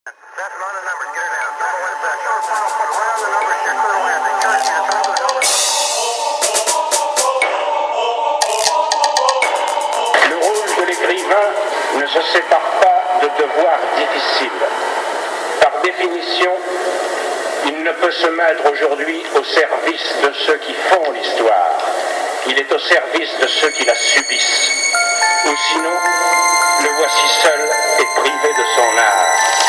Le rôle de l'écrivain ne se sépare pas de devoirs difficiles. Par définition, il ne peut se mettre aujourd'hui au service de ceux qui font l'histoire. Il est au service de ceux qui la subissent. Ou sinon, le voici seul et privé de son art.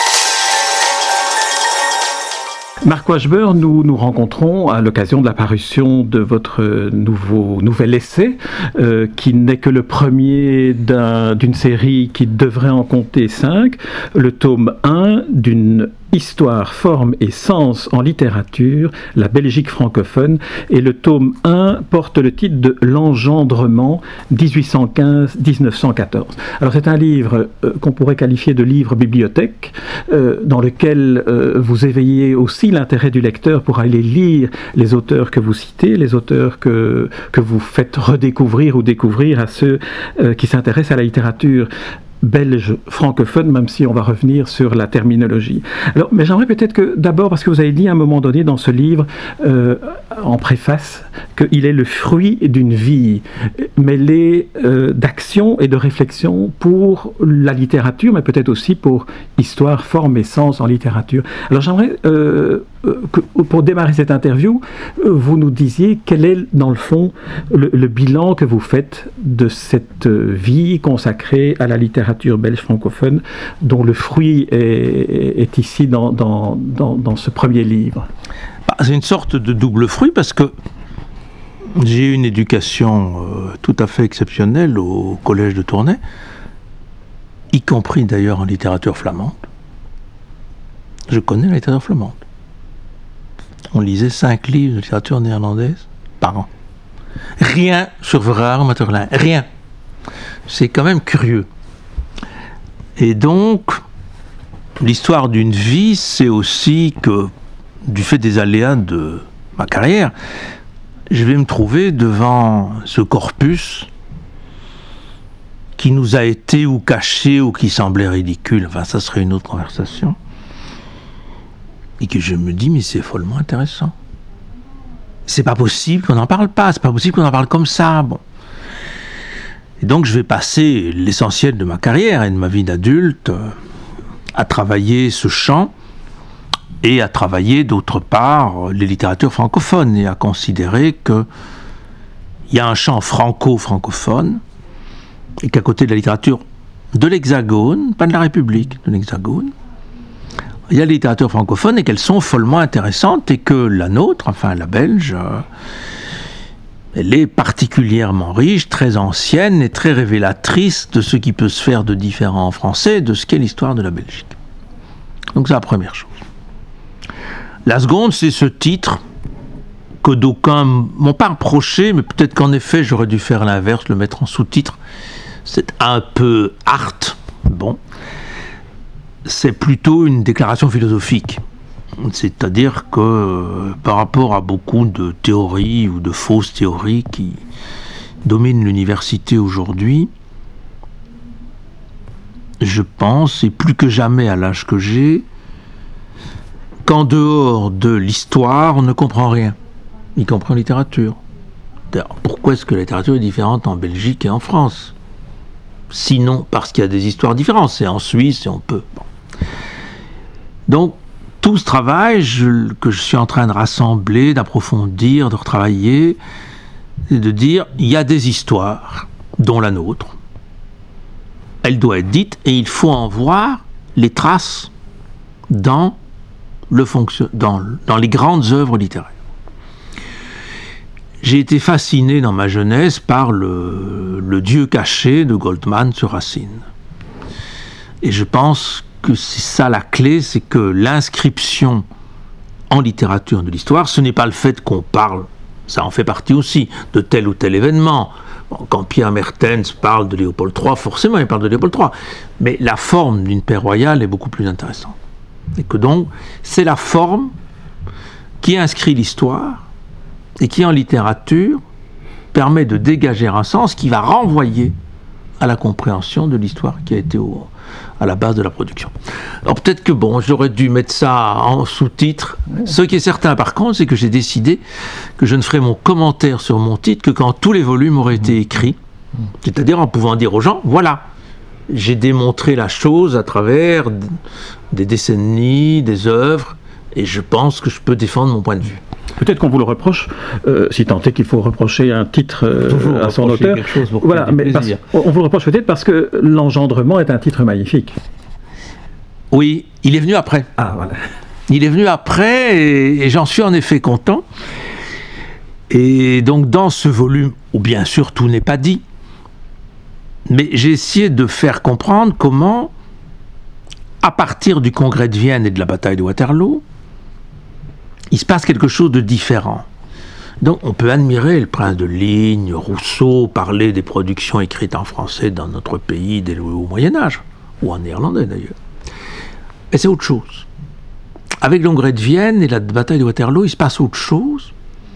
Marc Washburn, nous nous rencontrons à l'occasion de la parution de votre nouvel essai, qui n'est que le premier d'une série qui devrait en compter 5, le tome 1 d'une Histoire, forme et sens en littérature, la Belgique francophone, et le tome 1 porte le titre de L'engendrement 1815-1914. Alors c'est un livre qu'on pourrait qualifier de livre bibliothèque, dans lequel vous éveillez aussi l'intérêt du lecteur pour aller lire les auteurs que vous citez, les auteurs que vous faites redécouvrir ou découvrir à ceux qui s'intéressent à la littérature belge francophone, même si on va revenir sur la terminologie. Alors, mais j'aimerais peut-être que d'abord, parce que vous avez dit à un moment donné dans ce livre, en préface, qu'il est le fruit d'une vie mêlée d'action et de réflexion pour la littérature, mais peut-être aussi pour histoire, forme et sens en littérature. Alors j'aimerais que, pour démarrer cette interview, vous nous disiez quel est, dans le fond, le bilan que vous faites de cette vie consacrée à la littérature belge francophone, dont le fruit est ici dans ce premier livre. C'est une sorte de double fruit, parce que j'ai eu une éducation tout à fait exceptionnelle au collège de Tournai, y compris d'ailleurs en littérature flamande. Je connais la littérature flamande. On lisait 5 livres de littérature néerlandaise par an. Rien sur Verhaeren, Materlin, rien. C'est quand même curieux. Et donc, l'histoire d'une vie, c'est aussi que, du fait des aléas de ma carrière, je vais me trouver devant ce corpus qui nous a été ou caché ou qui semblait ridicule. Enfin, ça serait une autre conversation. Et que je me dis, mais c'est follement intéressant. C'est pas possible qu'on n'en parle pas, c'est pas possible qu'on en parle comme ça. Bon. Et donc je vais passer l'essentiel de ma carrière et de ma vie d'adulte à travailler ce champ et à travailler d'autre part les littératures francophones et à considérer qu'il y a un champ francophone et qu'à côté de la littérature de l'Hexagone, pas de la République, de l'Hexagone, il y a la littérature francophone et qu'elles sont follement intéressantes et que la nôtre, enfin la belge, elle est particulièrement riche, très ancienne et très révélatrice de ce qui peut se faire de différent en français, de ce qu'est l'histoire de la Belgique. Donc c'est la première chose. La seconde, c'est ce titre que d'aucuns m'ont pas reproché, mais peut-être qu'en effet j'aurais dû faire l'inverse, le mettre en sous-titre. C'est un peu art, bon. C'est plutôt une déclaration philosophique. C'est-à-dire que par rapport à beaucoup de théories ou de fausses théories qui dominent l'université aujourd'hui, je pense, et plus que jamais à l'âge que j'ai, qu'en dehors de l'histoire, on ne comprend rien, y compris en littérature. D'ailleurs, pourquoi est-ce que la littérature est différente en Belgique et en France ? Sinon parce qu'il y a des histoires différentes, c'est en Suisse et on peut. Bon. Donc, tout ce travail que je suis en train de rassembler, d'approfondir, de retravailler, c'est de dire, il y a des histoires, dont la nôtre. Elle doit être dite et il faut en voir les traces dans les grandes œuvres littéraires. J'ai été fasciné dans ma jeunesse par le Dieu caché de Goldman sur Racine. Et je pense que c'est ça la clé, c'est que l'inscription en littérature de l'histoire, ce n'est pas le fait qu'on parle, ça en fait partie aussi, de tel ou tel événement. Bon, quand Pierre Mertens parle de Léopold III, forcément il parle de Léopold III, mais la forme d'une paix royale est beaucoup plus intéressante. Et que donc, c'est la forme qui inscrit l'histoire et qui en littérature permet de dégager un sens qui va renvoyer à la compréhension de l'histoire qui a été à la base de la production. Alors peut-être que j'aurais dû mettre ça en sous-titre. Ce qui est certain par contre, c'est que j'ai décidé que je ne ferai mon commentaire sur mon titre que quand tous les volumes auraient été écrits, c'est-à-dire en pouvant dire aux gens, voilà, j'ai démontré la chose à travers des décennies, des œuvres, et je pense que je peux défendre mon point de vue. Peut-être qu'on vous le reproche, si tant est qu'il faut reprocher un titre à son auteur. Voilà, mais on vous le reproche peut-être parce que L'Engendrement est un titre magnifique. Oui, il est venu après. Ah, voilà. Il est venu après et j'en suis en effet content. Et donc dans ce volume, où bien sûr tout n'est pas dit, mais j'ai essayé de faire comprendre comment, à partir du congrès de Vienne et de la bataille de Waterloo, il se passe quelque chose de différent. Donc on peut admirer le Prince de Ligne, Rousseau, parler des productions écrites en français dans notre pays au Moyen-Âge, ou en néerlandais d'ailleurs. Mais c'est autre chose. Avec le congrès de Vienne et la bataille de Waterloo, il se passe autre chose.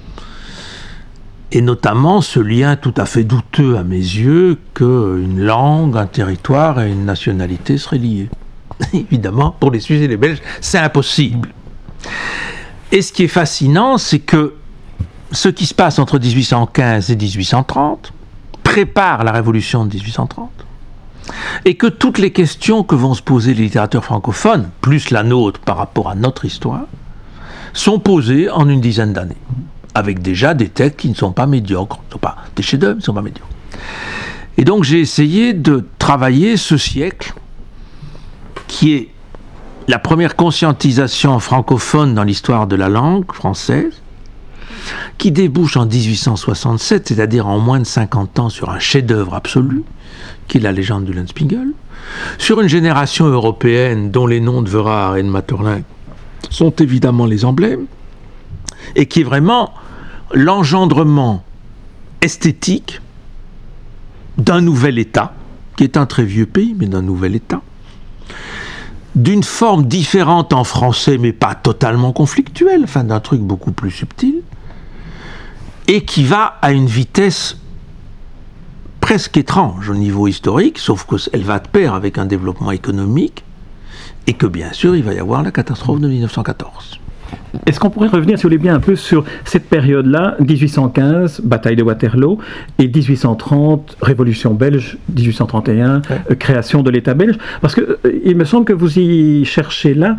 Et notamment ce lien tout à fait douteux à mes yeux qu'une langue, un territoire et une nationalité seraient liés. Évidemment, pour les Suisses et les Belges, c'est impossible. Et ce qui est fascinant, c'est que ce qui se passe entre 1815 et 1830 prépare la révolution de 1830, et que toutes les questions que vont se poser les littérateurs francophones, plus la nôtre par rapport à notre histoire, sont posées en une dizaine d'années, avec déjà des textes qui ne sont pas médiocres, ne sont pas des chefs-d'œuvre, ne sont pas médiocres. Et donc j'ai essayé de travailler ce siècle, qui est la première conscientisation francophone dans l'histoire de la langue française, qui débouche en 1867, c'est-à-dire en moins de 50 ans, sur un chef-d'œuvre absolu, qui est la légende du Lenzspiegel, sur une génération européenne dont les noms de Verhaert et de Maeterlinck sont évidemment les emblèmes, et qui est vraiment l'engendrement esthétique d'un nouvel État, qui est un très vieux pays, mais d'un nouvel État, d'une forme différente en français, mais pas totalement conflictuelle, enfin d'un truc beaucoup plus subtil, et qui va à une vitesse presque étrange au niveau historique, sauf qu'elle va de pair avec un développement économique, et que bien sûr il va y avoir la catastrophe de 1914. Est-ce qu'on pourrait revenir, si vous voulez bien, un peu sur cette période-là, 1815, bataille de Waterloo, et 1830, révolution belge, 1831, création de l'État belge? Parce que il me semble que vous y cherchez là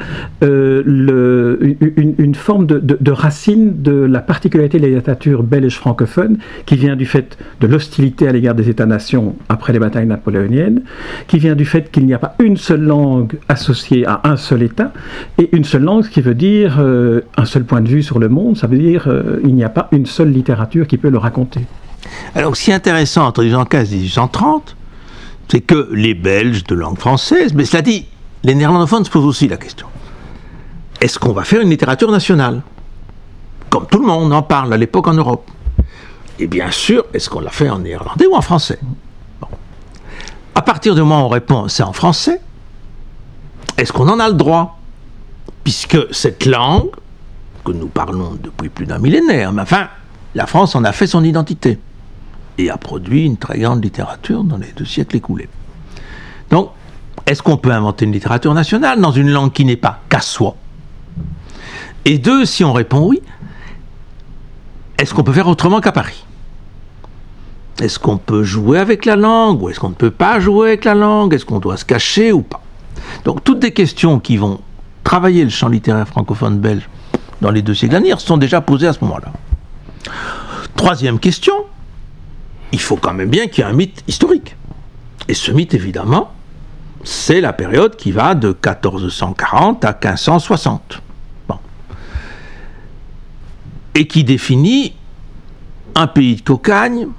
une forme de racine de la particularité de la littérature belge francophone, qui vient du fait de l'hostilité à l'égard des États-nations après les batailles napoléoniennes, qui vient du fait qu'il n'y a pas une seule langue associée à un seul État, et une seule langue, ce qui veut dire un seul point de vue sur le monde, ça veut dire il n'y a pas une seule littérature qui peut le raconter. Alors, ce qui est intéressant entre 1815 et 1830, c'est que les Belges de langue française, mais cela dit, les néerlandophones se posent aussi la question. Est-ce qu'on va faire une littérature nationale? Comme tout le monde en parle à l'époque en Europe. Et bien sûr, est-ce qu'on l'a fait en néerlandais ou en français? Bon. À partir du moment où on répond c'est en français, est-ce qu'on en a le droit? Puisque cette langue, que nous parlons depuis plus d'un millénaire, mais enfin, la France en a fait son identité et a produit une très grande littérature dans les 2 siècles écoulés. Donc, est-ce qu'on peut inventer une littérature nationale dans une langue qui n'est pas qu'à soi? Et 2, si on répond oui, est-ce qu'on peut faire autrement qu'à Paris? Est-ce qu'on peut jouer avec la langue ou est-ce qu'on ne peut pas jouer avec la langue? Est-ce qu'on doit se cacher ou pas? Donc, toutes des questions qui vont travailler le champ littéraire francophone belge dans les 2 siècles à venir sont déjà posées à ce moment-là. 3e question, il faut quand même bien qu'il y ait un mythe historique. Et ce mythe, évidemment, c'est la période qui va de 1440 à 1560. Bon. Et qui définit un pays de cocagne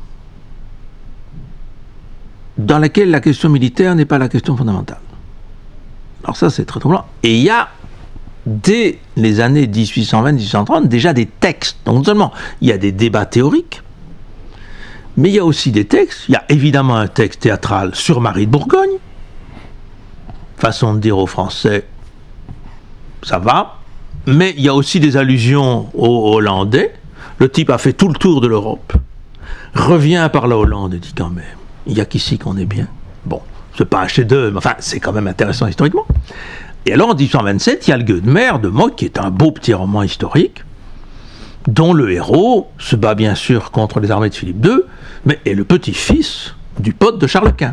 dans lequel la question militaire n'est pas la question fondamentale. Alors ça, c'est très troublant. Et il y a, dès les années 1820-1830, déjà des textes. Donc non seulement il y a des débats théoriques, mais il y a aussi des textes. Il y a évidemment un texte théâtral sur Marie de Bourgogne. Façon de dire aux Français, ça va. Mais il y a aussi des allusions aux Hollandais. Le type a fait tout le tour de l'Europe, revient par la Hollande et dit quand même, il n'y a qu'ici qu'on est bien. Bon, c'est pas un chef-d'œuvre, mais enfin, c'est quand même intéressant historiquement. Et alors, en 1827, il y a le Gueux de mer de Mock, qui est un beau petit roman historique, dont le héros se bat bien sûr contre les armées de Philippe II, mais est le petit-fils du pote de Charles Quint.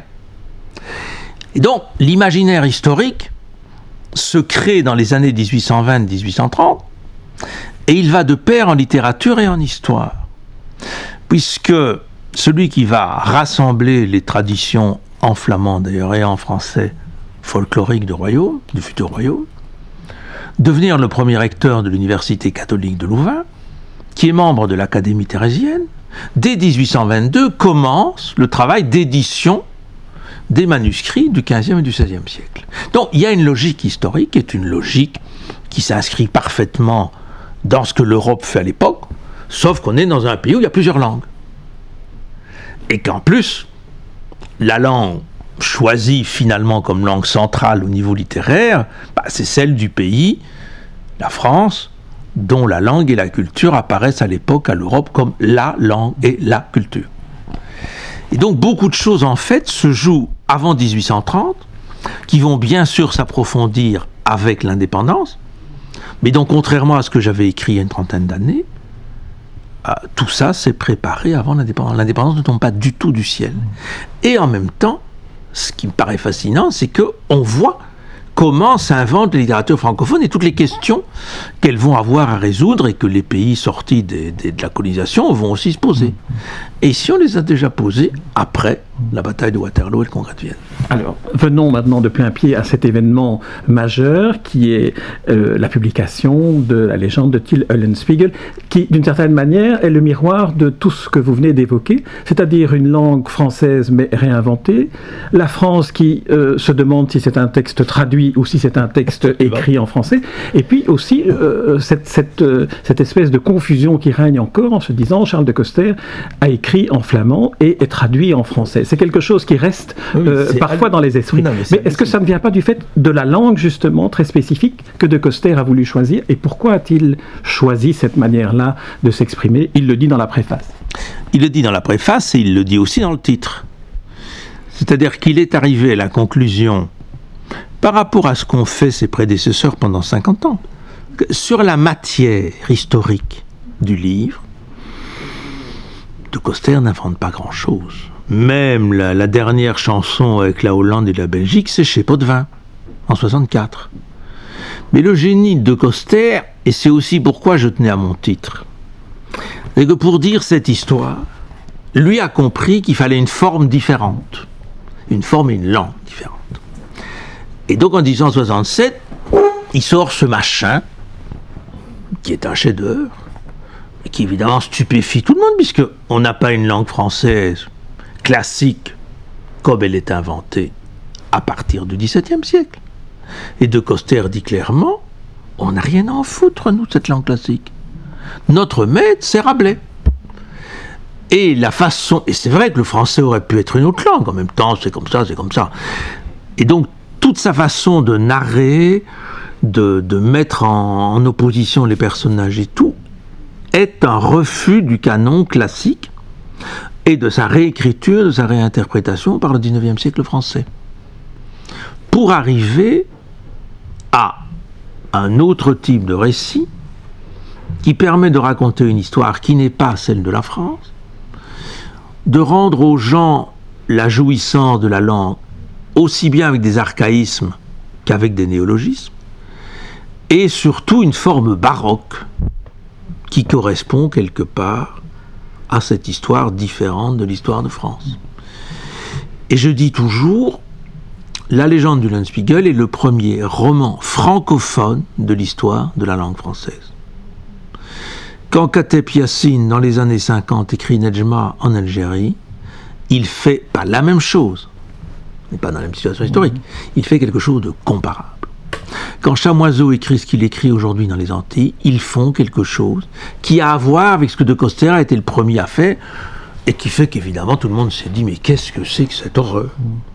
Et donc, l'imaginaire historique se crée dans les années 1820-1830, et il va de pair en littérature et en histoire. Puisque celui qui va rassembler les traditions en flamand d'ailleurs et en français folkloriques du futur royaume, devenir le premier recteur de l'université catholique de Louvain, qui est membre de l'Académie thérésienne, dès 1822 commence le travail d'édition des manuscrits du XVe et du XVIe siècle. Donc il y a une logique historique, qui est une logique qui s'inscrit parfaitement dans ce que l'Europe fait à l'époque, sauf qu'on est dans un pays où il y a plusieurs langues. Et qu'en plus, la langue choisie finalement comme langue centrale au niveau littéraire, c'est celle du pays, la France, dont la langue et la culture apparaissent à l'époque à l'Europe comme la langue et la culture. Et donc beaucoup de choses en fait se jouent avant 1830, qui vont bien sûr s'approfondir avec l'indépendance, mais donc contrairement à ce que j'avais écrit il y a une trentaine d'années, tout ça s'est préparé avant l'indépendance. L'indépendance ne tombe pas du tout du ciel. Et en même temps, ce qui me paraît fascinant, c'est qu'on voit comment s'invente la littérature francophone et toutes les questions qu'elles vont avoir à résoudre et que les pays sortis de la colonisation vont aussi se poser. Et si on les a déjà posées après la bataille de Waterloo et le congrès de Vienne. Alors, venons maintenant de plein pied à cet événement majeur qui est la publication de la légende de Till Eulenspiegel, qui, d'une certaine manière, est le miroir de tout ce que vous venez d'évoquer, c'est-à-dire une langue française mais réinventée, la France qui se demande si c'est un texte traduit ou si c'est un texte écrit en français, et puis aussi cette espèce de confusion qui règne encore en se disant Charles de Coster a écrit en flamand et est traduit en français. C'est quelque chose qui reste parfois dans les esprits. Mais est-ce que ça ne vient pas du fait de la langue, justement, très spécifique, que de Coster a voulu choisir? Et pourquoi a-t-il choisi cette manière-là de s'exprimer? Il le dit dans la préface. Il le dit dans la préface et il le dit aussi dans le titre. C'est-à-dire qu'il est arrivé à la conclusion, par rapport à ce qu'ont fait ses prédécesseurs pendant 50 ans, que sur la matière historique du livre, de Coster n'invente pas grand-chose. Même la dernière chanson avec la Hollande et la Belgique, c'est chez Potvin, en 64. Mais le génie de Coster, et c'est aussi pourquoi je tenais à mon titre, c'est que pour dire cette histoire, lui a compris qu'il fallait une forme différente, une forme et une langue différentes. Et donc en 1867, il sort ce machin, qui est un chef-d'œuvre, et qui évidemment stupéfie tout le monde, puisqu'on n'a pas une langue française classique comme elle est inventée à partir du XVIIe siècle. Et de Coster dit clairement, on n'a rien à en foutre, nous, de cette langue classique. Notre maître, c'est Rabelais. Et la façon, et c'est vrai que le français aurait pu être une autre langue, en même temps, c'est comme ça, c'est comme ça. Et donc, toute sa façon de narrer, de mettre en opposition les personnages et tout, est un refus du canon classique et de sa réécriture, de sa réinterprétation par le XIXe siècle français. Pour arriver à un autre type de récit qui permet de raconter une histoire qui n'est pas celle de la France, de rendre aux gens la jouissance de la langue aussi bien avec des archaïsmes qu'avec des néologismes, et surtout une forme baroque qui correspond quelque part à cette histoire différente de l'histoire de France. Et je dis toujours, La légende du Eulenspiegel est le premier roman francophone de l'histoire de la langue française. Quand Kateb Yassine, dans les années 50, écrit Nedjma en Algérie, il fait pas la même chose, mais pas dans la même situation historique, il fait quelque chose de comparable. Quand Chamoiseau écrit ce qu'il écrit aujourd'hui dans les Antilles, ils font quelque chose qui a à voir avec ce que De Coster a été le premier à faire, et qui fait qu'évidemment tout le monde s'est dit mais qu'est-ce que c'est que cette horreur,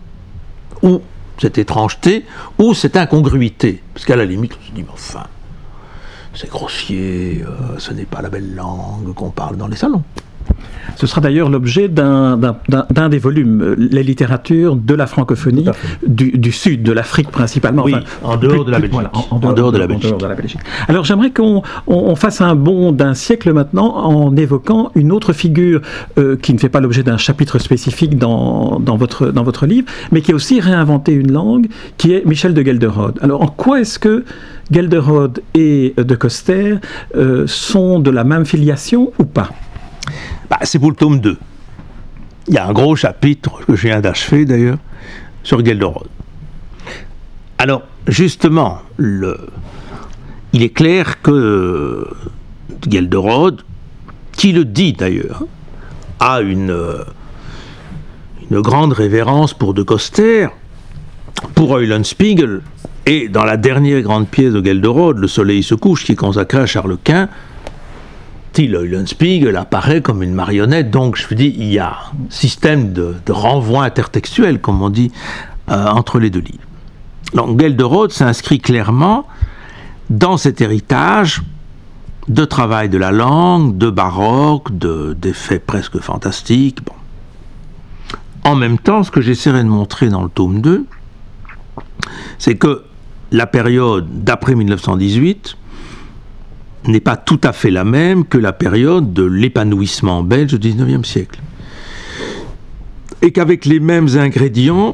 ou cette étrangeté, ou cette incongruité, parce qu'à la limite on se dit mais enfin, c'est grossier, ce n'est pas la belle langue qu'on parle dans les salons. Ce sera d'ailleurs l'objet d'un des volumes, les littératures de la francophonie du sud, de l'Afrique principalement. Oui, en dehors de la Belgique. Voilà, en dehors de la Belgique. Alors j'aimerais qu'on fasse un bond d'un siècle maintenant en évoquant une autre figure qui ne fait pas l'objet d'un chapitre spécifique dans votre livre, mais qui a aussi réinventé une langue, qui est Michel de Gelderode. Alors en quoi est-ce que Gelderode et de Coster sont de la même filiation ou pas? C'est pour le tome 2. Il y a un gros chapitre que je viens d'achever d'ailleurs sur Gelderode. Alors justement, il est clair que Gelderode, qui le dit d'ailleurs, a une grande révérence pour de Coster, pour Eulenspiegel, et dans la dernière grande pièce de Gelderode, Le soleil se couche, qui est consacrée à Charles Quint, Till Eulenspiegel apparaît comme une marionnette. Donc je vous dis, il y a un système de renvoi intertextuel, comme on dit, entre les deux livres. Donc Gelderode s'inscrit clairement dans cet héritage de travail de la langue, de baroque, d'effets presque fantastiques. Bon. En même temps, ce que j'essaierai de montrer dans le tome 2, c'est que la période d'après 1918 n'est pas tout à fait la même que la période de l'épanouissement belge du XIXe siècle. Et qu'avec les mêmes ingrédients,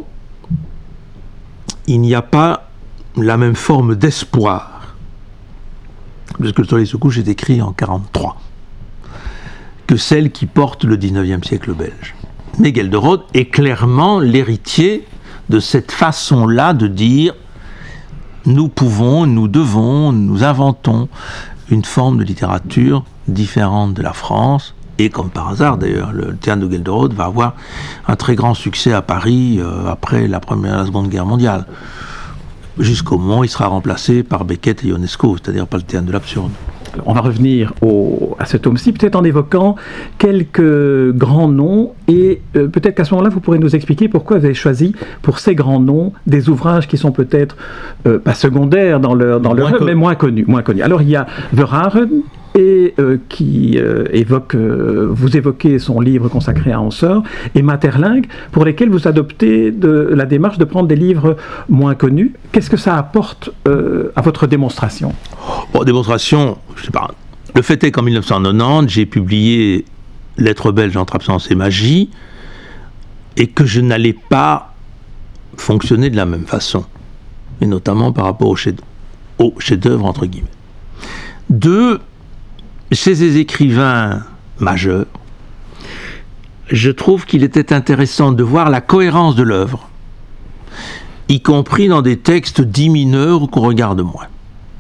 il n'y a pas la même forme d'espoir. Parce que Le soleil se couche est écrit en 1943, que celle qui porte le XIXe siècle belge. Mais Gelderode est clairement l'héritier de cette façon-là de dire nous pouvons, nous devons, nous inventons une forme de littérature différente de la France. Et comme par hasard d'ailleurs, le théâtre de Gelderode va avoir un très grand succès à Paris après la Seconde Guerre mondiale, jusqu'au moment où il sera remplacé par Beckett et Ionesco, c'est-à-dire par le théâtre de l'absurde. On va revenir à ce tome-ci, peut-être en évoquant quelques grands noms, et peut-être qu'à ce moment-là, vous pourrez nous expliquer pourquoi vous avez choisi pour ces grands noms des ouvrages qui sont peut-être pas secondaires dans leur œuvre, mais moins connus. Alors il y a Verhaeren, et qui vous évoquez son livre consacré à Ensor, et Maeterlinck, pour lesquels vous adoptez la démarche de prendre des livres moins connus. Qu'est-ce que ça apporte à votre démonstration? Démonstration, je sais pas. Le fait est qu'en 1990, j'ai publié Lettres belges entre absence et magie, et que je n'allais pas fonctionner de la même façon, et notamment par rapport au chef-d'œuvre entre guillemets. Deux, chez ces écrivains majeurs, je trouve qu'il était intéressant de voir la cohérence de l'œuvre, y compris dans des textes dits mineurs ou qu'on regarde moins.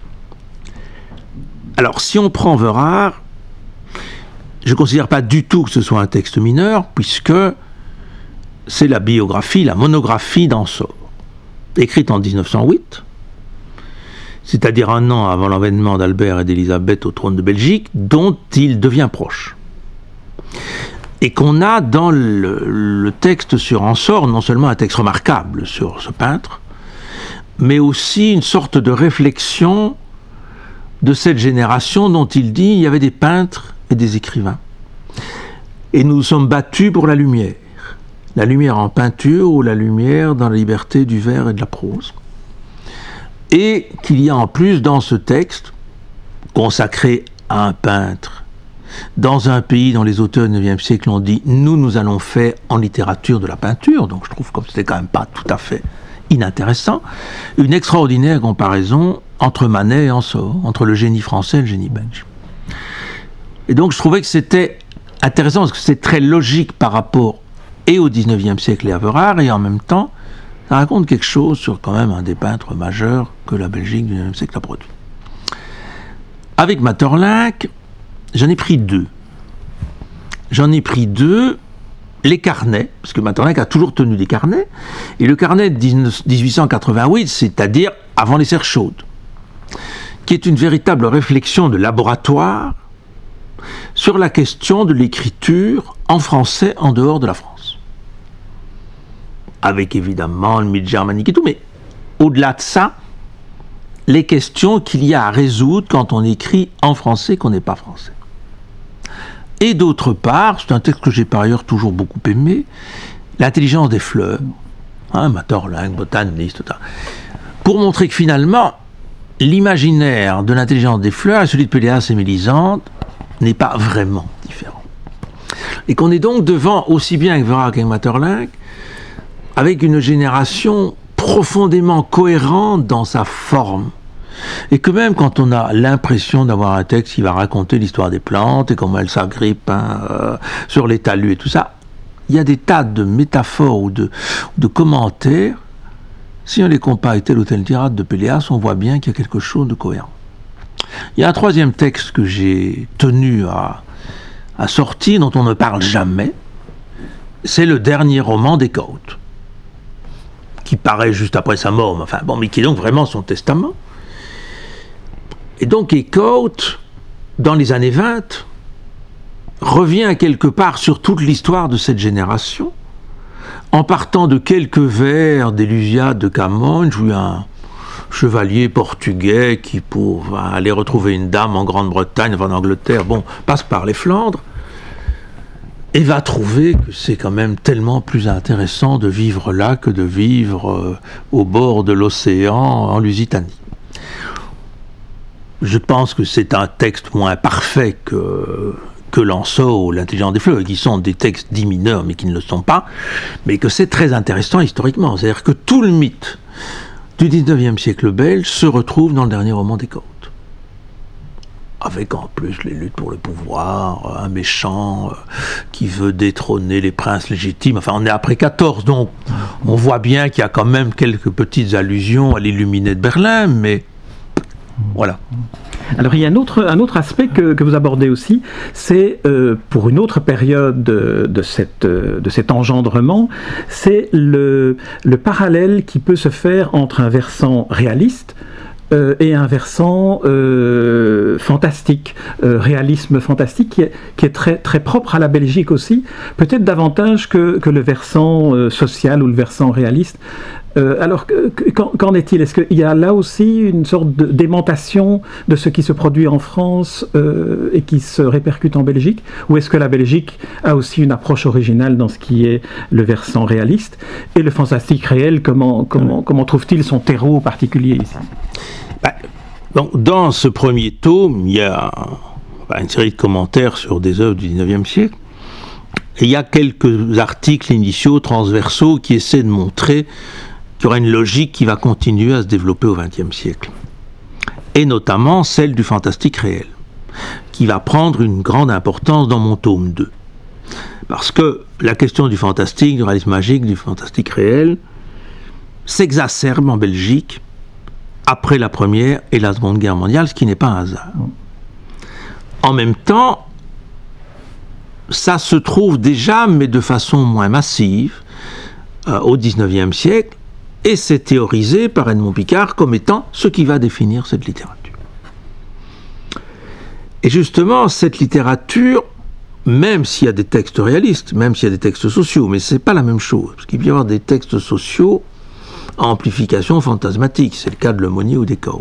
Alors, si on prend Verhaeren, je ne considère pas du tout que ce soit un texte mineur, puisque c'est la biographie, la monographie d'Ensor, écrite en 1908, c'est-à-dire un an avant l'avènement d'Albert et d'Élisabeth au trône de Belgique, dont il devient proche. Et qu'on a dans le texte sur Ensor, non seulement un texte remarquable sur ce peintre, mais aussi une sorte de réflexion de cette génération dont il dit il y avait des peintres et des écrivains. Et nous nous sommes battus pour la lumière en peinture ou la lumière dans la liberté du vers et de la prose. Et qu'il y a en plus dans ce texte, consacré à un peintre, dans un pays dont les auteurs du IXe siècle ont dit « nous allons faire en littérature de la peinture », donc je trouve que c'était quand même pas tout à fait inintéressant, une extraordinaire comparaison entre Manet et Ensor, entre le génie français et le génie belge. Et donc je trouvais que c'était intéressant, parce que c'est très logique par rapport et au XIXe siècle et à Verhaeren, et en même temps, ça raconte quelque chose sur quand même un des peintres majeurs que la Belgique du XIXe siècle a produit. Avec Maeterlinck, j'en ai pris deux. Les carnets, parce que Maeterlinck a toujours tenu des carnets, et le carnet de 1888, c'est-à-dire avant les serres chaudes, qui est une véritable réflexion de laboratoire sur la question de l'écriture en français en dehors de la France. Avec évidemment le mythe germanique et tout, mais au-delà de ça, les questions qu'il y a à résoudre quand on écrit en français qu'on n'est pas français. Et d'autre part, c'est un texte que j'ai par ailleurs toujours beaucoup aimé, L'intelligence des fleurs, Maeterlinck, botaniste, tout ça, pour montrer que finalement, l'imaginaire de l'intelligence des fleurs et celui de Péléas et Mélisande n'est pas vraiment différent. Et qu'on est donc devant, aussi bien avec Werak qu'avec Maeterlinck, avec une génération profondément cohérente dans sa forme. Et que même quand on a l'impression d'avoir un texte qui va raconter l'histoire des plantes et comment elles s'agrippent sur les talus et tout ça, il y a des tas de métaphores ou de commentaires. Si on les compare avec telle ou telle tirade de Péléas, on voit bien qu'il y a quelque chose de cohérent. Il y a un troisième texte que j'ai tenu à sortir, dont on ne parle jamais, c'est le dernier roman d'Eekhout, qui paraît juste après sa mort, mais qui est donc vraiment son testament. Et donc Eekhout, dans les années 20, revient quelque part sur toute l'histoire de cette génération, en partant de quelques vers d'Élusiade de Camões, où un chevalier portugais qui, pour aller retrouver une dame en Grande-Bretagne, en Angleterre, passe par les Flandres, et va trouver que c'est quand même tellement plus intéressant de vivre là que de vivre au bord de l'océan en Lusitanie. Je pense que c'est un texte moins parfait que Lanceau ou L'intelligence des fleurs, qui sont des textes dits mineurs, mais qui ne le sont pas, mais que c'est très intéressant historiquement. C'est-à-dire que tout le mythe du 19e siècle belge se retrouve dans le dernier roman d'Eekhout. Avec en plus les luttes pour le pouvoir, un méchant qui veut détrôner les princes légitimes. On est après 14, donc on voit bien qu'il y a quand même quelques petites allusions à l'Illuminé de Berlin, mais voilà. Alors il y a un autre aspect que vous abordez aussi, c'est pour une autre période de cet engendrement, c'est le parallèle qui peut se faire entre un versant réaliste et un versant fantastique, réalisme fantastique, qui est très, très propre à la Belgique aussi, peut-être davantage que le versant social ou le versant réaliste. Alors, qu'en est-il? Est-ce qu'il y a là aussi une sorte d'aimantation de ce qui se produit en France et qui se répercute en Belgique? Ou est-ce que la Belgique a aussi une approche originale dans ce qui est le versant réaliste? Et le fantastique réel, comment trouve-t-il son terreau particulier ici? Donc, dans ce premier tome, il y a une série de commentaires sur des œuvres du XIXe siècle. Et il y a quelques articles initiaux, transversaux, qui essaient de montrer qu'il y aura une logique qui va continuer à se développer au XXe siècle. Et notamment celle du fantastique réel, qui va prendre une grande importance dans mon tome 2. Parce que la question du fantastique, du réalisme magique, du fantastique réel, s'exacerbe en Belgique après la Première et la Seconde Guerre mondiale, ce qui n'est pas un hasard. En même temps, ça se trouve déjà, mais de façon moins massive, au XIXe siècle, et c'est théorisé par Edmond Picard comme étant ce qui va définir cette littérature. Et justement, cette littérature, même s'il y a des textes réalistes, même s'il y a des textes sociaux, mais ce n'est pas la même chose, parce qu'il peut y avoir des textes sociaux à amplification fantasmatique, c'est le cas de Lemonnier ou d'Eekhout.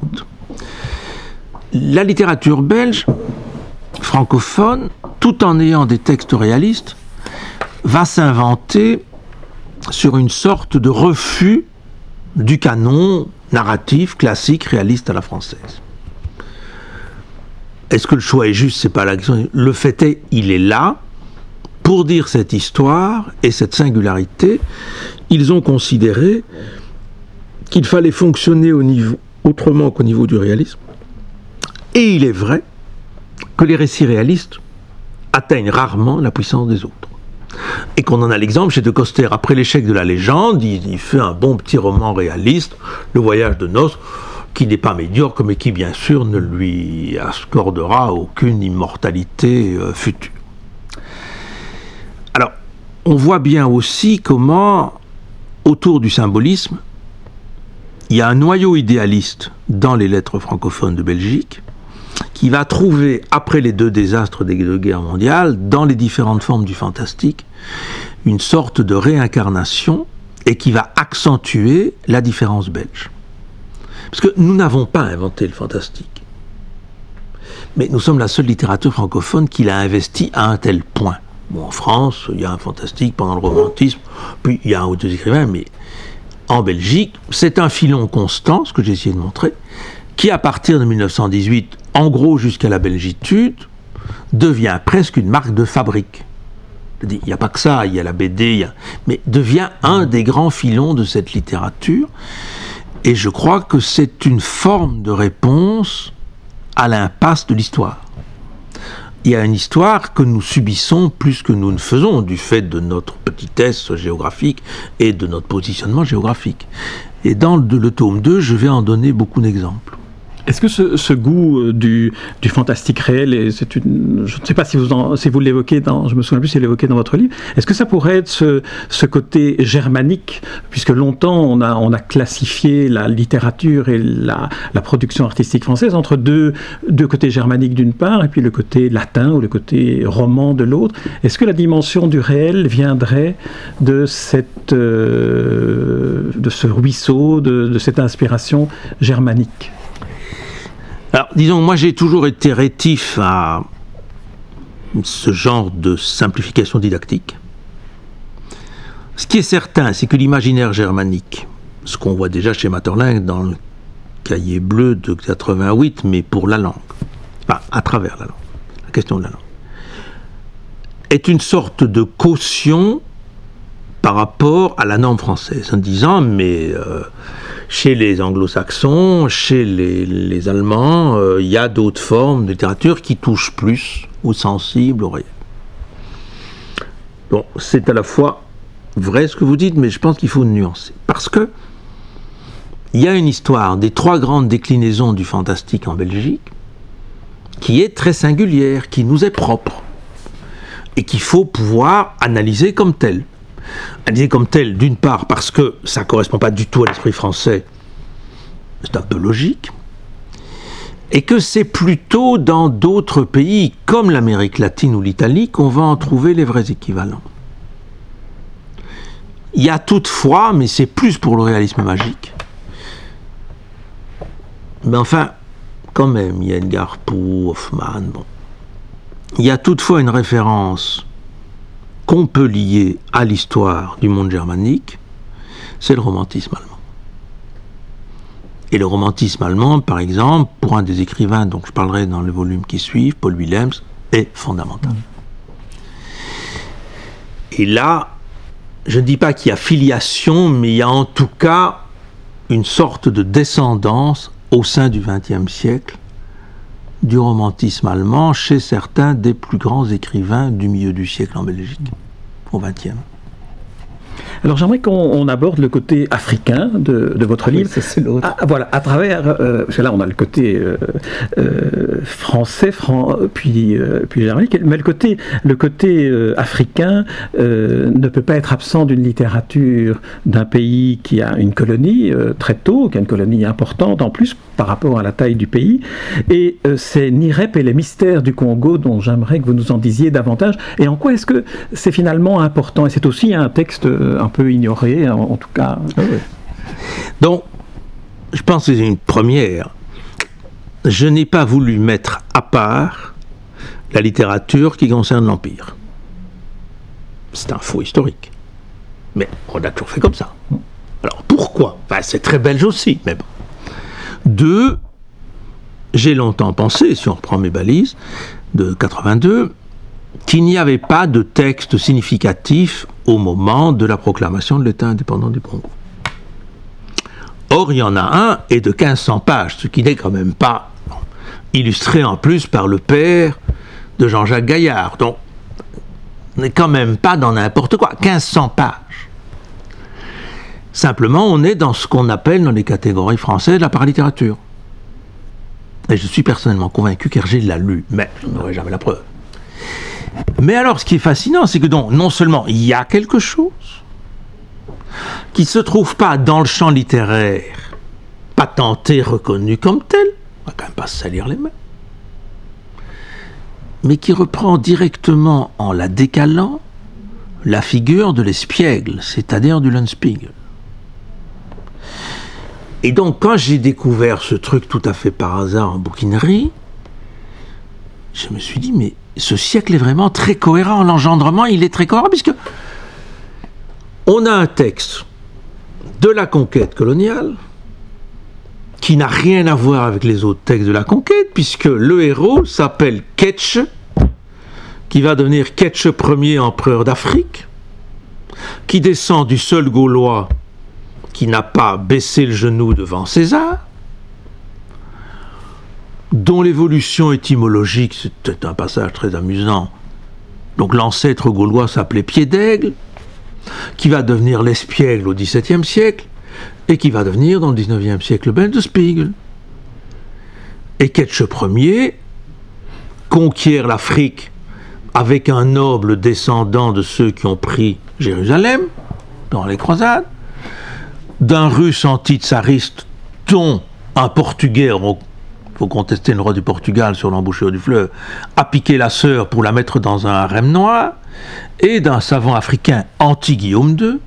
La littérature belge, francophone, tout en ayant des textes réalistes, va s'inventer sur une sorte de refus du canon narratif classique réaliste à la française. Est-ce que le choix est juste? C'est pas la question. Le fait est, il est là pour dire cette histoire et cette singularité. Ils ont considéré qu'il fallait fonctionner autrement qu'au niveau du réalisme. Et il est vrai que les récits réalistes atteignent rarement la puissance des autres. Et qu'on en a l'exemple chez De Coster. Après l'échec de la légende, il fait un bon petit roman réaliste, Le voyage de noces, qui n'est pas médiocre, mais qui bien sûr ne lui accordera aucune immortalité future. Alors, on voit bien aussi comment, autour du symbolisme, il y a un noyau idéaliste dans les lettres francophones de Belgique, qui va trouver, après les deux désastres des deux guerres mondiales, dans les différentes formes du fantastique, une sorte de réincarnation et qui va accentuer la différence belge. Parce que nous n'avons pas inventé le fantastique. Mais nous sommes la seule littérature francophone qui l'a investie à un tel point. Bon, en France, il y a un fantastique pendant le romantisme, puis il y a un ou deux écrivains, mais en Belgique, c'est un filon constant, ce que j'ai essayé de montrer, qui à partir de 1918, en gros jusqu'à la belgitude, devient presque une marque de fabrique. Il n'y a pas que ça, il y a la BD, mais devient un des grands filons de cette littérature. Et je crois que c'est une forme de réponse à l'impasse de l'histoire. Il y a une histoire que nous subissons plus que nous ne faisons, du fait de notre petitesse géographique et de notre positionnement géographique. Et dans le tome 2, je vais en donner beaucoup d'exemples. Est-ce que ce goût du fantastique réel, et je ne sais pas si vous l'évoquez je me souviens plus si vous l'évoquez dans votre livre, est-ce que ça pourrait être ce côté germanique, puisque longtemps on a classifié la littérature et la production artistique française entre deux côtés germaniques d'une part, et puis le côté latin ou le côté roman de l'autre. Est-ce que la dimension du réel viendrait de ce ruisseau, de cette inspiration germanique ? Alors, disons, moi j'ai toujours été rétif à ce genre de simplification didactique. Ce qui est certain, c'est que l'imaginaire germanique, ce qu'on voit déjà chez Maeterlinck dans le cahier bleu de 88, mais pour la langue, enfin, à travers la langue, la question de la langue, est une sorte de caution par rapport à la norme française, en disant, mais chez les anglo-saxons, chez les Allemands, il y a d'autres formes de littérature qui touchent plus aux sensibles, aux réels. Bon, c'est à la fois vrai ce que vous dites, mais je pense qu'il faut nuancer. Parce que il y a une histoire des 3 grandes déclinaisons du fantastique en Belgique qui est très singulière, qui nous est propre, et qu'il faut pouvoir analyser comme telle. Analyser comme telle, d'une part, parce que ça ne correspond pas du tout à l'esprit français, c'est un peu logique, et que c'est plutôt dans d'autres pays, comme l'Amérique latine ou l'Italie, qu'on va en trouver les vrais équivalents. Il y a toutefois, mais c'est plus pour le réalisme magique, mais enfin, quand même, il y a Edgar Poe, Hoffmann, bon. Il y a toutefois une référence qu'on peut lier à l'histoire du monde germanique, c'est le romantisme allemand. Et le romantisme allemand, par exemple, pour un des écrivains dont je parlerai dans les volumes qui suivent, Paul Willems, est fondamental. Et là, je ne dis pas qu'il y a filiation, mais il y a en tout cas une sorte de descendance au sein du XXe siècle du romantisme allemand chez certains des plus grands écrivains du milieu du siècle en Belgique, au XXe. Alors j'aimerais qu'on aborde le côté africain de votre livre. Oui, c'est l'autre. Voilà, à travers, parce que là on a le côté français, puis germanique, mais le côté africain ne peut pas être absent d'une littérature d'un pays qui a une colonie très tôt, qui a une colonie importante en plus par rapport à la taille du pays, et c'est Nirep et les mystères du Congo dont j'aimerais que vous nous en disiez davantage, et en quoi est-ce que c'est finalement important, et c'est aussi un texte un peu ignoré, en tout cas. Ah oui. Donc, je pense que c'est une première. Je n'ai pas voulu mettre à part la littérature qui concerne l'Empire. C'est un faux historique. Mais on a toujours fait comme ça. Alors, pourquoi ? Enfin, c'est très belge aussi, mais bon. 2, j'ai longtemps pensé, si on reprend mes balises, de 82, qu'il n'y avait pas de texte significatif au moment de la proclamation de l'État indépendant du Congo. Or, il y en a un, et de 1500 pages, ce qui n'est quand même pas illustré en plus par le père de Jean-Jacques Gaillard. Donc, on n'est quand même pas dans n'importe quoi. 1500 pages. Simplement, on est dans ce qu'on appelle dans les catégories françaises la paralittérature. Et je suis personnellement convaincu qu'Hergé l'a lu, mais je n'aurai jamais la preuve. Mais alors, ce qui est fascinant, c'est que donc, non seulement il y a quelque chose qui ne se trouve pas dans le champ littéraire, patenté, reconnu comme tel, on va quand même pas se salir les mains, mais qui reprend directement, en la décalant, la figure de l'espiègle, c'est-à-dire du Landspiegel. Et donc, quand j'ai découvert ce truc tout à fait par hasard en bouquinerie, je me suis dit, mais ce siècle est vraiment très cohérent. L'engendrement, il est très cohérent, puisque on a un texte de la conquête coloniale qui n'a rien à voir avec les autres textes de la conquête, puisque le héros s'appelle Ketch, qui va devenir Ketch Ier, empereur d'Afrique, qui descend du seul Gaulois qui n'a pas baissé le genou devant César, dont l'évolution étymologique, c'était un passage très amusant. Donc l'ancêtre gaulois s'appelait Pied d'Aigle, qui va devenir l'espiègle au XVIIe siècle, et qui va devenir dans le XIXe siècle Bendespiegel. Et Ketch Ier conquiert l'Afrique avec un noble descendant de ceux qui ont pris Jérusalem dans les croisades, d'un russe anti-tsariste dont un portugais, il faut contester le roi du Portugal sur l'embouchure du fleuve, a piqué la sœur pour la mettre dans un harem noir, et d'un savant africain anti-Guillaume II,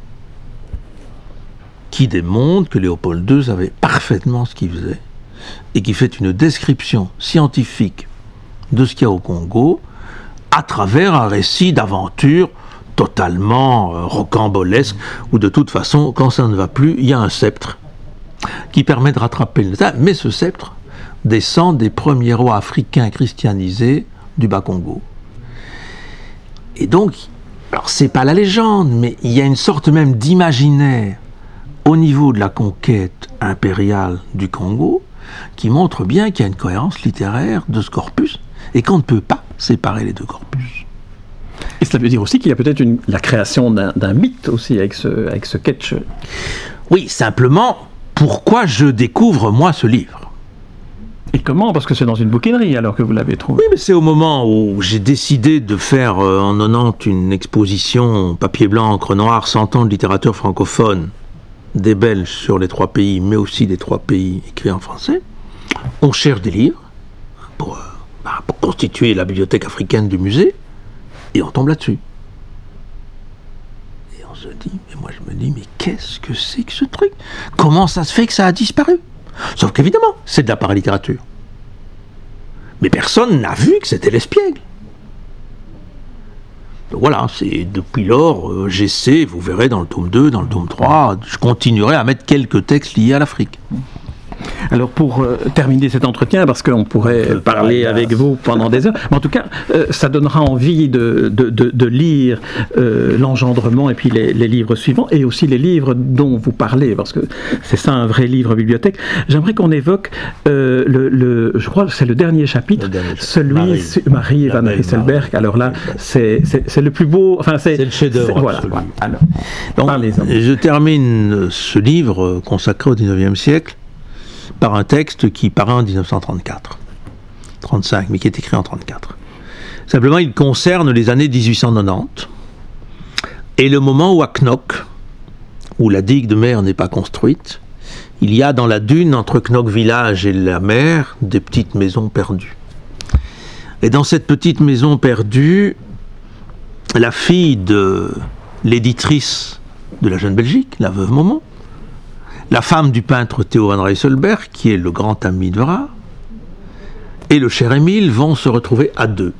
qui démontre que Léopold II savait parfaitement ce qu'il faisait, et qui fait une description scientifique de ce qu'il y a au Congo, à travers un récit d'aventure totalement rocambolesque, où de toute façon, quand ça ne va plus, il y a un sceptre qui permet de rattraper le temps, mais ce sceptre descend des premiers rois africains christianisés du Bas-Congo. Et donc, alors c'est pas la légende, mais il y a une sorte même d'imaginaire au niveau de la conquête impériale du Congo qui montre bien qu'il y a une cohérence littéraire de ce corpus et qu'on ne peut pas séparer les deux corpus. Et cela veut dire aussi qu'il y a peut-être la création d'un mythe aussi avec ce Ketch. Oui, simplement, pourquoi je découvre moi ce livre ? Et comment ? Parce que c'est dans une bouquinerie alors que vous l'avez trouvé. Oui, mais c'est au moment où j'ai décidé de faire en 90 une exposition papier blanc, encre noire, 100 ans de littérature francophone, des Belges sur les 3 pays, mais aussi des 3 pays écrits en français. On cherche des livres pour constituer la bibliothèque africaine du musée, et on tombe là-dessus. Et on se dit, mais moi je me dis, mais qu'est-ce que c'est que ce truc ? Comment ça se fait que ça a disparu ? Sauf qu'évidemment, c'est de la paralittérature. Mais personne n'a vu que c'était l'espiègle. Donc voilà, c'est depuis lors, j'essaie, vous verrez dans le tome 2, dans le tome 3, je continuerai à mettre quelques textes liés à l'Afrique. Alors pour terminer cet entretien, parce qu'on pourrait parler avec vous pendant des heures, mais en tout cas, ça donnera envie de lire l'engendrement et puis les livres suivants, et aussi les livres dont vous parlez, parce que c'est ça un vrai livre bibliothèque. J'aimerais qu'on évoque, je crois que c'est le dernier chapitre, celui Marie Van Rysselberghe. Alors là, c'est le plus beau, enfin c'est le chef-d'œuvre. Voilà. Alors, parlez-en. Je termine ce livre consacré au XIXe siècle par un texte qui paraît en 1935, mais qui est écrit en 1934. Simplement, il concerne les années 1890 et le moment où à Knock, où la digue de mer n'est pas construite, il y a dans la dune entre Knock village et la mer des petites maisons perdues. Et dans cette petite maison perdue, la fille de l'éditrice de la Jeune Belgique, la veuve Momont, la femme du peintre Theo Van Rysselberghe, qui est le grand ami de Vera, et le cher Émile vont se retrouver à deux.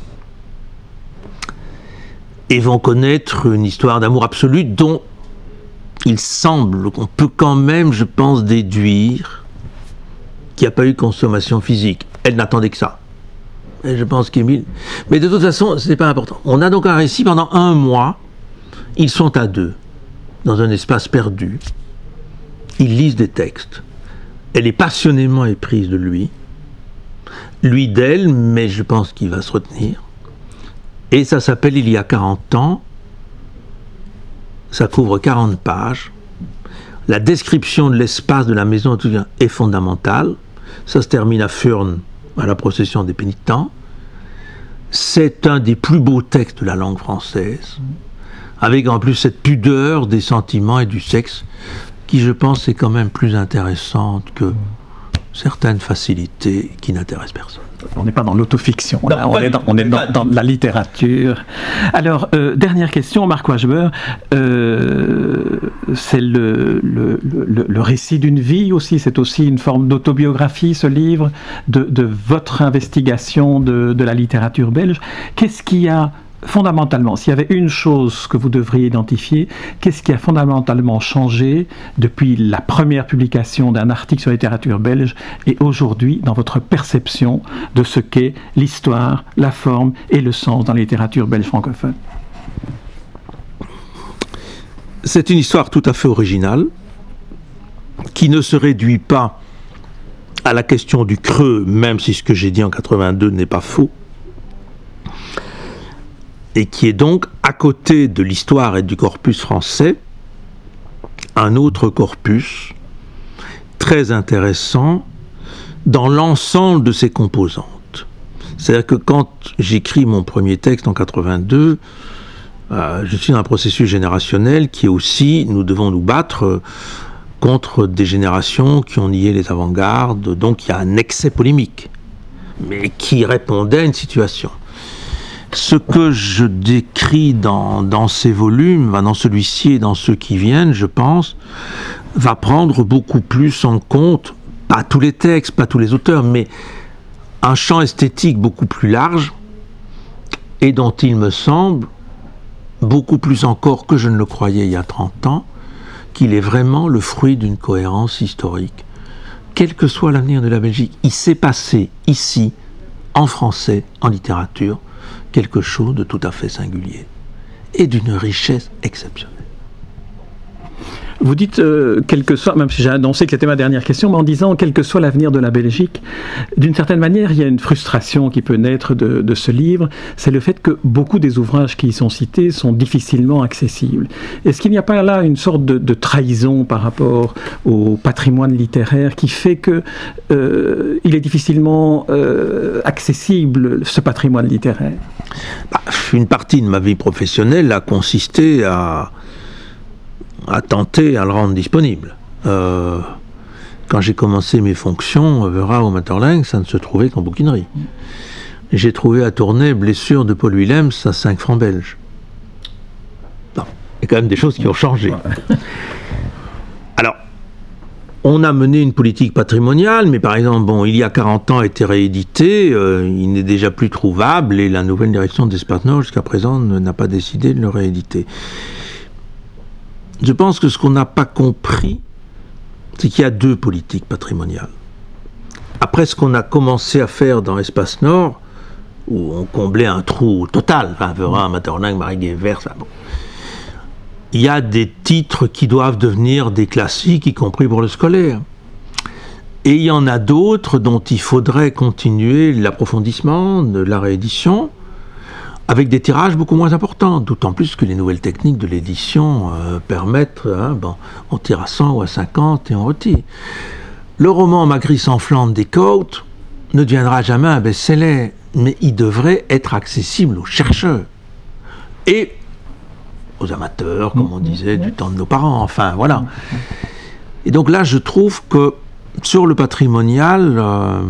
Et vont connaître une histoire d'amour absolu dont il semble qu'on peut quand même, je pense, déduire qu'il n'y a pas eu consommation physique. Elle n'attendait que ça. Et je pense qu'Émile... Mais de toute façon, ce n'est pas important. On a donc un récit pendant 1 mois. Ils sont à deux, dans un espace perdu. Ils lisent des textes. Elle est passionnément éprise de lui. Lui d'elle, mais je pense qu'il va se retenir. Et ça s'appelle Il y a 40 ans. Ça couvre 40 pages. La description de l'espace de la maison est fondamentale. Ça se termine à Furnes, à la procession des pénitents. C'est un des plus beaux textes de la langue française, avec en plus cette pudeur des sentiments et du sexe, qui, je pense, est quand même plus intéressante que certaines facilités qui n'intéressent personne. On n'est pas dans l'autofiction, on est dans la littérature. Alors, dernière question, Marc Wachber. c'est le récit d'une vie aussi, c'est aussi une forme d'autobiographie, ce livre, de votre investigation de la littérature belge. Qu'est-ce qui a fondamentalement, s'il y avait une chose que vous devriez identifier, qu'est-ce qui a fondamentalement changé depuis la première publication d'un article sur la littérature belge et aujourd'hui dans votre perception de ce qu'est l'histoire, la forme et le sens dans la littérature belge francophone? C'est une histoire tout à fait originale qui ne se réduit pas à la question du creux, même si ce que j'ai dit en 82 n'est pas faux, et qui est donc, à côté de l'histoire et du corpus français, un autre corpus très intéressant dans l'ensemble de ses composantes. C'est-à-dire que quand j'écris mon premier texte en 82, je suis dans un processus générationnel qui est aussi, nous devons nous battre contre des générations qui ont nié les avant-gardes, donc il y a un excès polémique, mais qui répondait à une situation. Ce que je décris dans ces volumes, dans celui-ci et dans ceux qui viennent, je pense, va prendre beaucoup plus en compte, pas tous les textes, pas tous les auteurs, mais un champ esthétique beaucoup plus large et dont il me semble, beaucoup plus encore que je ne le croyais il y a 30 ans, qu'il est vraiment le fruit d'une cohérence historique. Quel que soit l'avenir de la Belgique, il s'est passé ici, en français, en littérature, quelque chose de tout à fait singulier et d'une richesse exceptionnelle. Vous dites, quel que soit, même si j'ai annoncé que c'était ma dernière question, mais en disant quel que soit l'avenir de la Belgique, d'une certaine manière, il y a une frustration qui peut naître de ce livre, c'est le fait que beaucoup des ouvrages qui y sont cités sont difficilement accessibles. Est-ce qu'il n'y a pas là une sorte de trahison par rapport au patrimoine littéraire qui fait que il est difficilement accessible, ce patrimoine littéraire? Une partie de ma vie professionnelle a consisté à tenter à le rendre disponible. Quand j'ai commencé mes fonctions, Vera au Maeterlinck, ça ne se trouvait qu'en bouquinerie. J'ai trouvé à Tournai Blessure de Paul Willems à 5 francs belges. Non, il y a quand même des choses qui ont changé. Alors, on a mené une politique patrimoniale, mais par exemple, il y a 40 ans a été réédité, il n'est déjà plus trouvable, et la nouvelle direction d'Espace Nord, jusqu'à présent, n'a pas décidé de le rééditer. Je pense que ce qu'on n'a pas compris, c'est qu'il y a deux politiques patrimoniales. Après ce qu'on a commencé à faire dans Espace Nord, où on comblait un trou total, Vera, Maeterlinck, Marie-Guévert, il y a des titres qui doivent devenir des classiques, y compris pour le scolaire. Et il y en a d'autres dont il faudrait continuer l'approfondissement de la réédition, avec des tirages beaucoup moins importants, d'autant plus que les nouvelles techniques de l'édition permettent, on tire à 100 ou à 50 et on retire. Le roman Magris sans flamme des côtes ne deviendra jamais un best-seller, mais il devrait être accessible aux chercheurs et aux amateurs, comme on disait, du temps de nos parents, enfin voilà. Et donc là, je trouve que sur le patrimonial,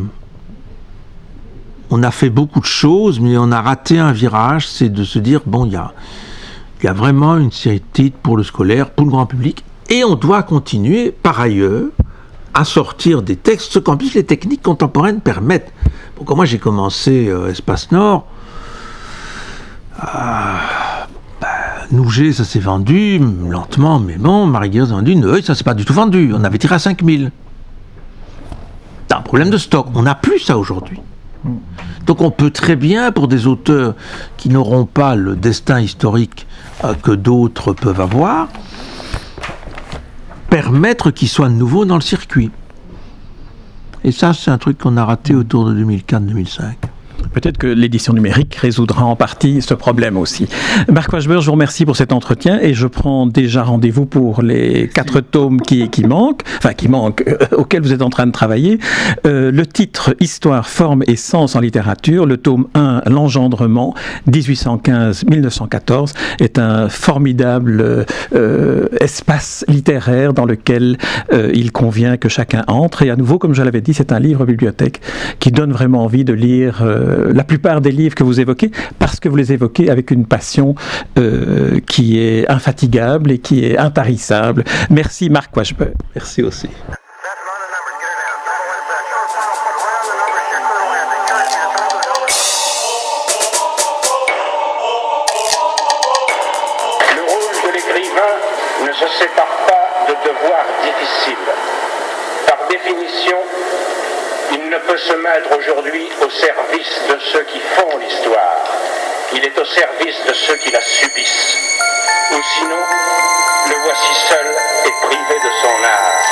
on a fait beaucoup de choses, mais on a raté un virage, c'est de se dire, il y a vraiment une série de titres pour le scolaire, pour le grand public, et on doit continuer, par ailleurs, à sortir des textes, ce qu'en plus les techniques contemporaines permettent. Quand moi j'ai commencé Espace Nord, Nouget, ça s'est vendu, lentement, mais bon, Marie-Guévert s'est vendu, Neuil, ça s'est pas du tout vendu, on avait tiré à 5000. C'est un problème de stock, on n'a plus ça aujourd'hui. Donc on peut très bien, pour des auteurs qui n'auront pas le destin historique que d'autres peuvent avoir, permettre qu'ils soient de nouveau dans le circuit. Et ça, c'est un truc qu'on a raté autour de 2004-2005. Peut-être que l'édition numérique résoudra en partie ce problème aussi. Marc Wachsberg, je vous remercie pour cet entretien et je prends déjà rendez-vous pour les 4 tomes qui manquent, auxquels vous êtes en train de travailler. Le titre « Histoire, forme et sens en littérature », le tome 1 « L'engendrement, 1815-1914 » est un formidable espace littéraire dans lequel il convient que chacun entre. Et à nouveau, comme je l'avais dit, c'est un livre bibliothèque qui donne vraiment envie de lire la plupart des livres que vous évoquez, parce que vous les évoquez avec une passion qui est infatigable et qui est intarissable. Merci Marc Wachsberg. Merci aussi. Ne se sépare pas de devoirs difficiles. Par définition, il ne peut se mettre aujourd'hui au service de ceux qui font l'histoire. Il est au service de ceux qui la subissent. Ou sinon, le voici seul et privé de son art.